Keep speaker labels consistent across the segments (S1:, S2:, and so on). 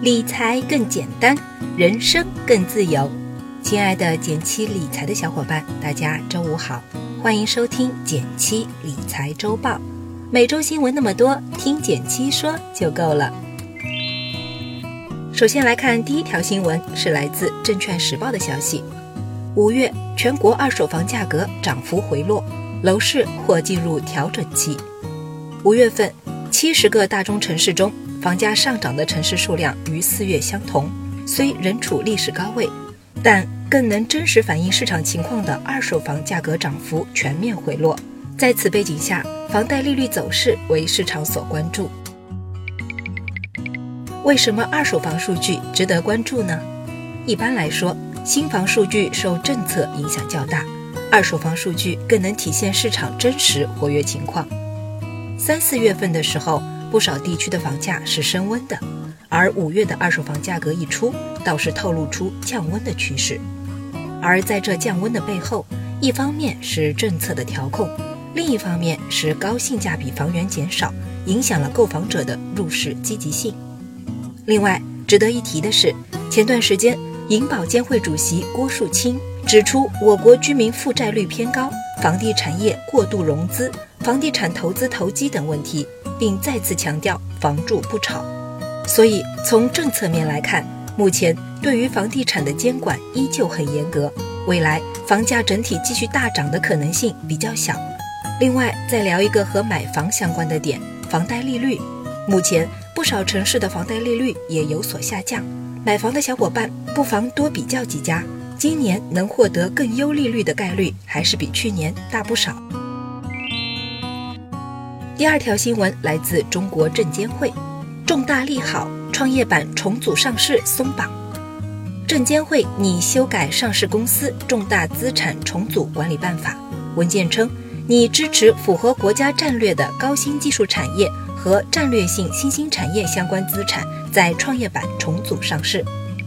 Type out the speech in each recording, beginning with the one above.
S1: 理财更简单，人生更自由。亲爱的减七理财的小伙伴，大家周五好，欢迎收听减七理财周报。每周新闻那么多，听减七说就够了。首先来看第一条新闻，是来自证券时报的消息。5月全国二手房价格涨幅回落，楼市或进入调整期。5月份70个大中城市中，房价上涨的城市数量与4月相同，虽仍处历史高位，但更能真实反映市场情况的二手房价格涨幅全面回落。在此背景下，房贷利率走势为市场所关注。为什么二手房数据值得关注呢？一般来说，新房数据受政策影响较大，二手房数据更能体现市场真实活跃情况。3、4月份的时候，不少地区的房价是升温的，而5月的二手房价格一出，倒是透露出降温的趋势。而在这降温的背后，一方面是政策的调控，另一方面是高性价比房源减少，影响了购房者的入市积极性。另外，值得一提的是，前段时间银保监会主席郭树清指出，我国居民负债率偏高，房地产业过度融资、房地产投资投机等问题，并再次强调房住不炒。所以从政策面来看，目前对于房地产的监管依旧很严格，未来房价整体继续大涨的可能性比较小。另外再聊一个和买房相关的点，房贷利率。目前不少城市的房贷利率也有所下降，买房的小伙伴不妨多比较几家，今年能获得更优利率的概率还是比去年大不少。第二条新闻来自中国证监会，重大利好，创业板重组上市松绑。证监会拟修改上市公司重大资产重组管理办法，文件称拟支持符合国家战略的高新技术产业和战略性新兴产业相关资产在创业板重组上市。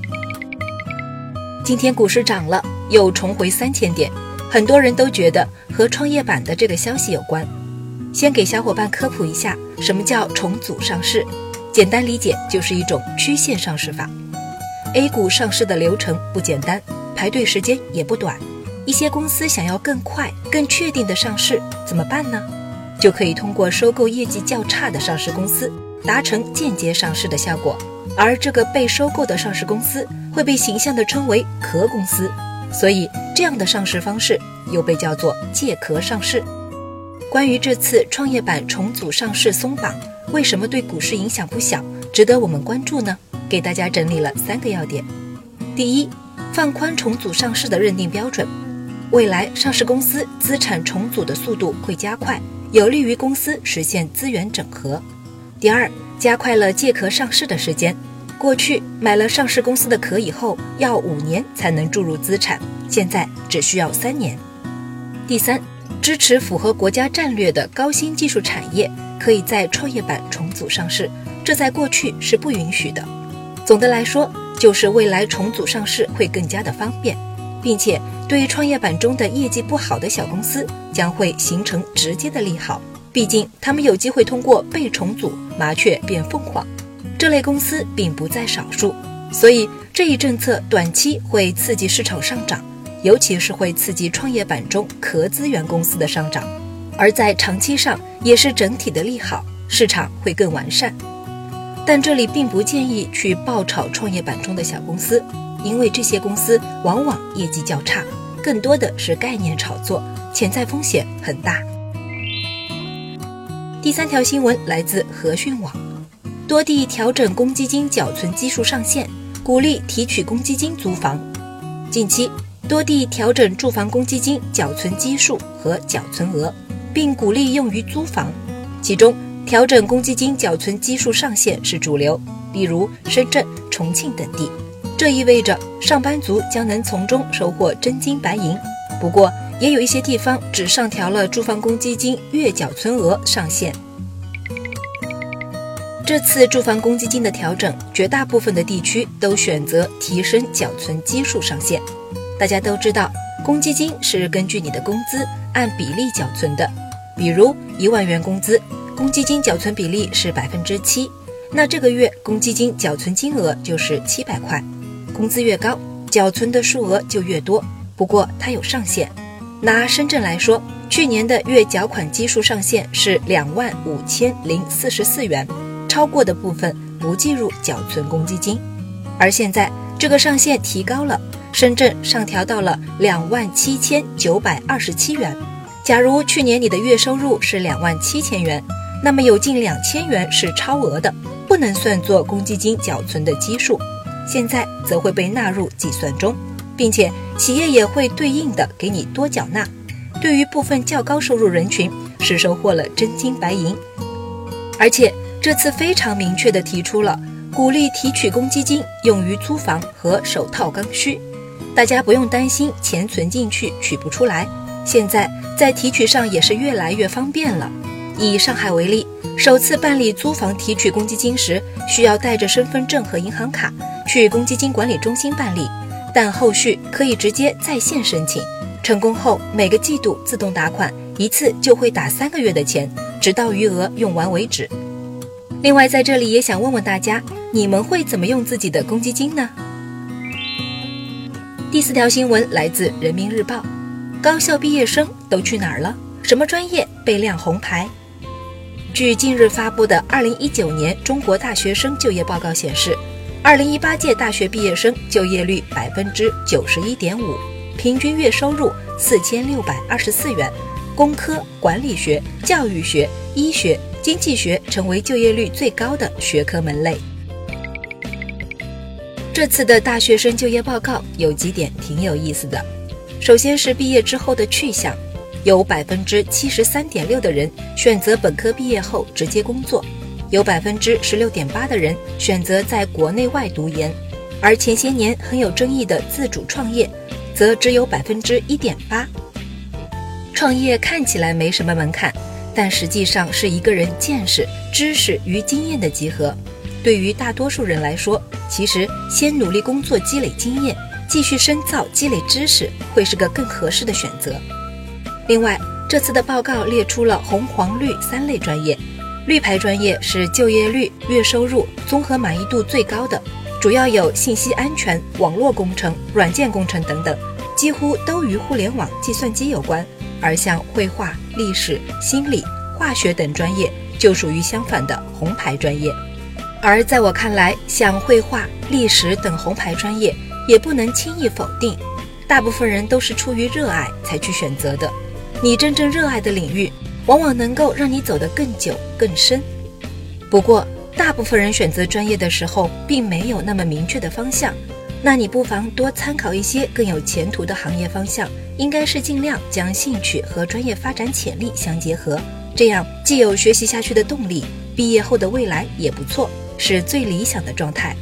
S1: 今天股市涨了，又重回3000点，很多人都觉得和创业板的这个消息有关。先给小伙伴科普一下，什么叫重组上市？简单理解就是一种曲线上市法。A 股上市的流程不简单，排队时间也不短。一些公司想要更快、更确定的上市，怎么办呢？就可以通过收购业绩较差的上市公司，达成间接上市的效果。而这个被收购的上市公司会被形象地称为壳公司，所以这样的上市方式又被叫做借壳上市。关于这次创业板重组上市松绑，为什么对股市影响不小，值得我们关注呢？给大家整理了3个要点。第一，放宽重组上市的认定标准，未来上市公司资产重组的速度会加快，有利于公司实现资源整合。第二，加快了借壳上市的时间，过去买了上市公司的壳以后要5年才能注入资产，现在只需要3年。第三，支持符合国家战略的高新技术产业可以在创业板重组上市，这在过去是不允许的。总的来说，就是未来重组上市会更加的方便，并且对创业板中的业绩不好的小公司将会形成直接的利好，毕竟他们有机会通过被重组麻雀变凤凰，这类公司并不在少数，所以这一政策短期会刺激市场上涨，尤其是会刺激创业板中壳资源公司的上涨，而在长期上也是整体的利好，市场会更完善。但这里并不建议去爆炒创业板中的小公司，因为这些公司往往业绩较差，更多的是概念炒作，潜在风险很大。第3条新闻来自和讯网，多地调整公积金缴存基数上限，鼓励提取公积金租房。近期多地调整住房公积金缴存基数和缴存额，并鼓励用于租房，其中调整公积金缴存基数上限是主流，例如深圳、重庆等地。这意味着上班族将能从中收获真金白银。不过也有一些地方只上调了住房公积金月缴存额上限。这次住房公积金的调整，绝大部分的地区都选择提升缴存基数上限。大家都知道，公积金是根据你的工资按比例缴存的，比如1万元工资，公积金缴存比例是7%， 那这个月公积金缴存金额就是700块。工资越高，缴存的数额就越多，不过它有上限。拿深圳来说，去年的月缴款基数上限是25044元，超过的部分不计入缴存公积金。而现在这个上限提高了，深圳上调到了27927元。假如去年你的月收入是27000元，那么有近2000元是超额的，不能算作公积金缴存的基数，现在则会被纳入计算中，并且企业也会对应的给你多缴纳。对于部分较高收入人群是收获了真金白银。而且这次非常明确地提出了鼓励提取公积金用于租房和首套刚需，大家不用担心钱存进去取不出来，现在在提取上也是越来越方便了。以上海为例，首次办理租房提取公积金时，需要带着身份证和银行卡去公积金管理中心办理，但后续可以直接在线申请，成功后每个季度自动打款，一次就会打3个月的钱，直到余额用完为止。另外在这里也想问问大家，你们会怎么用自己的公积金呢？第4条新闻来自人民日报，高校毕业生都去哪儿了？什么专业被亮红牌？据近日发布的2019年中国大学生就业报告显示，2018届大学毕业生就业率 91.5%， 平均月收入4624元，工科、管理学、教育学、医学、经济学成为就业率最高的学科门类。这次的大学生就业报告有几点挺有意思的，首先是毕业之后的去向，有 73.6% 的人选择本科毕业后直接工作，有 16.8% 的人选择在国内外读研，而前些年很有争议的自主创业则只有 1.8%。 创业看起来没什么门槛，但实际上是一个人见识、知识与经验的集合。对于大多数人来说，其实先努力工作积累经验，继续深造积累知识，会是个更合适的选择。另外，这次的报告列出了红黄绿3类专业，绿牌专业是就业率、月收入、综合满意度最高的，主要有信息安全、网络工程、软件工程等等，几乎都与互联网、计算机有关。而像绘画、历史、心理、化学等专业就属于相反的红牌专业。而在我看来，像绘画、历史等红牌专业也不能轻易否定，大部分人都是出于热爱才去选择的。你真正热爱的领域，往往能够让你走得更久更深。不过大部分人选择专业的时候并没有那么明确的方向，那你不妨多参考一些更有前途的行业方向，应该是尽量将兴趣和专业发展潜力相结合，这样既有学习下去的动力，毕业后的未来也不错，是最理想的状态。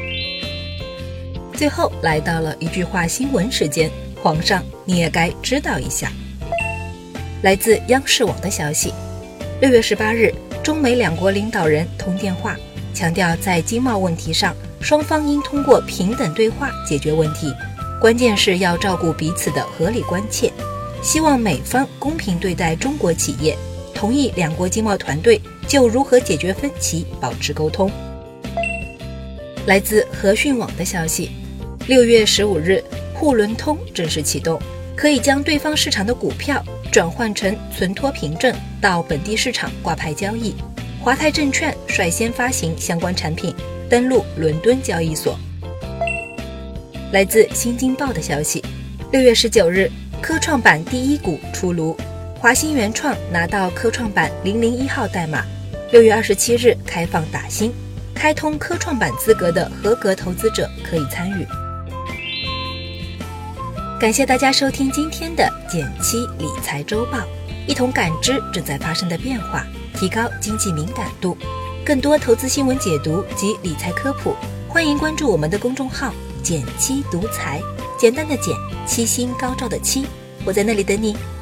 S1: 最后来到了一句话新闻时间，皇上你也该知道一下。来自央视网的消息，6月18日，中美两国领导人通电话，强调在经贸问题上，双方应通过平等对话解决问题，关键是要照顾彼此的合理关切，希望美方公平对待中国企业，同意两国经贸团队就如何解决分歧保持沟通。来自和讯网的消息，6月15日，沪伦通正式启动，可以将对方市场的股票转换成存托凭证到本地市场挂牌交易。华泰证券率先发行相关产品，登陆伦敦交易所。来自新京报的消息，6月19日，科创板第一股出炉，华兴原创拿到科创板001号代码，6月27日开放打新，开通科创板资格的合格投资者可以参与。感谢大家收听今天的减七理财周报，一同感知正在发生的变化，提高经济敏感度。更多投资新闻解读及理财科普，欢迎关注我们的公众号减七独裁，简单的减，七星高照的七，我在那里等你。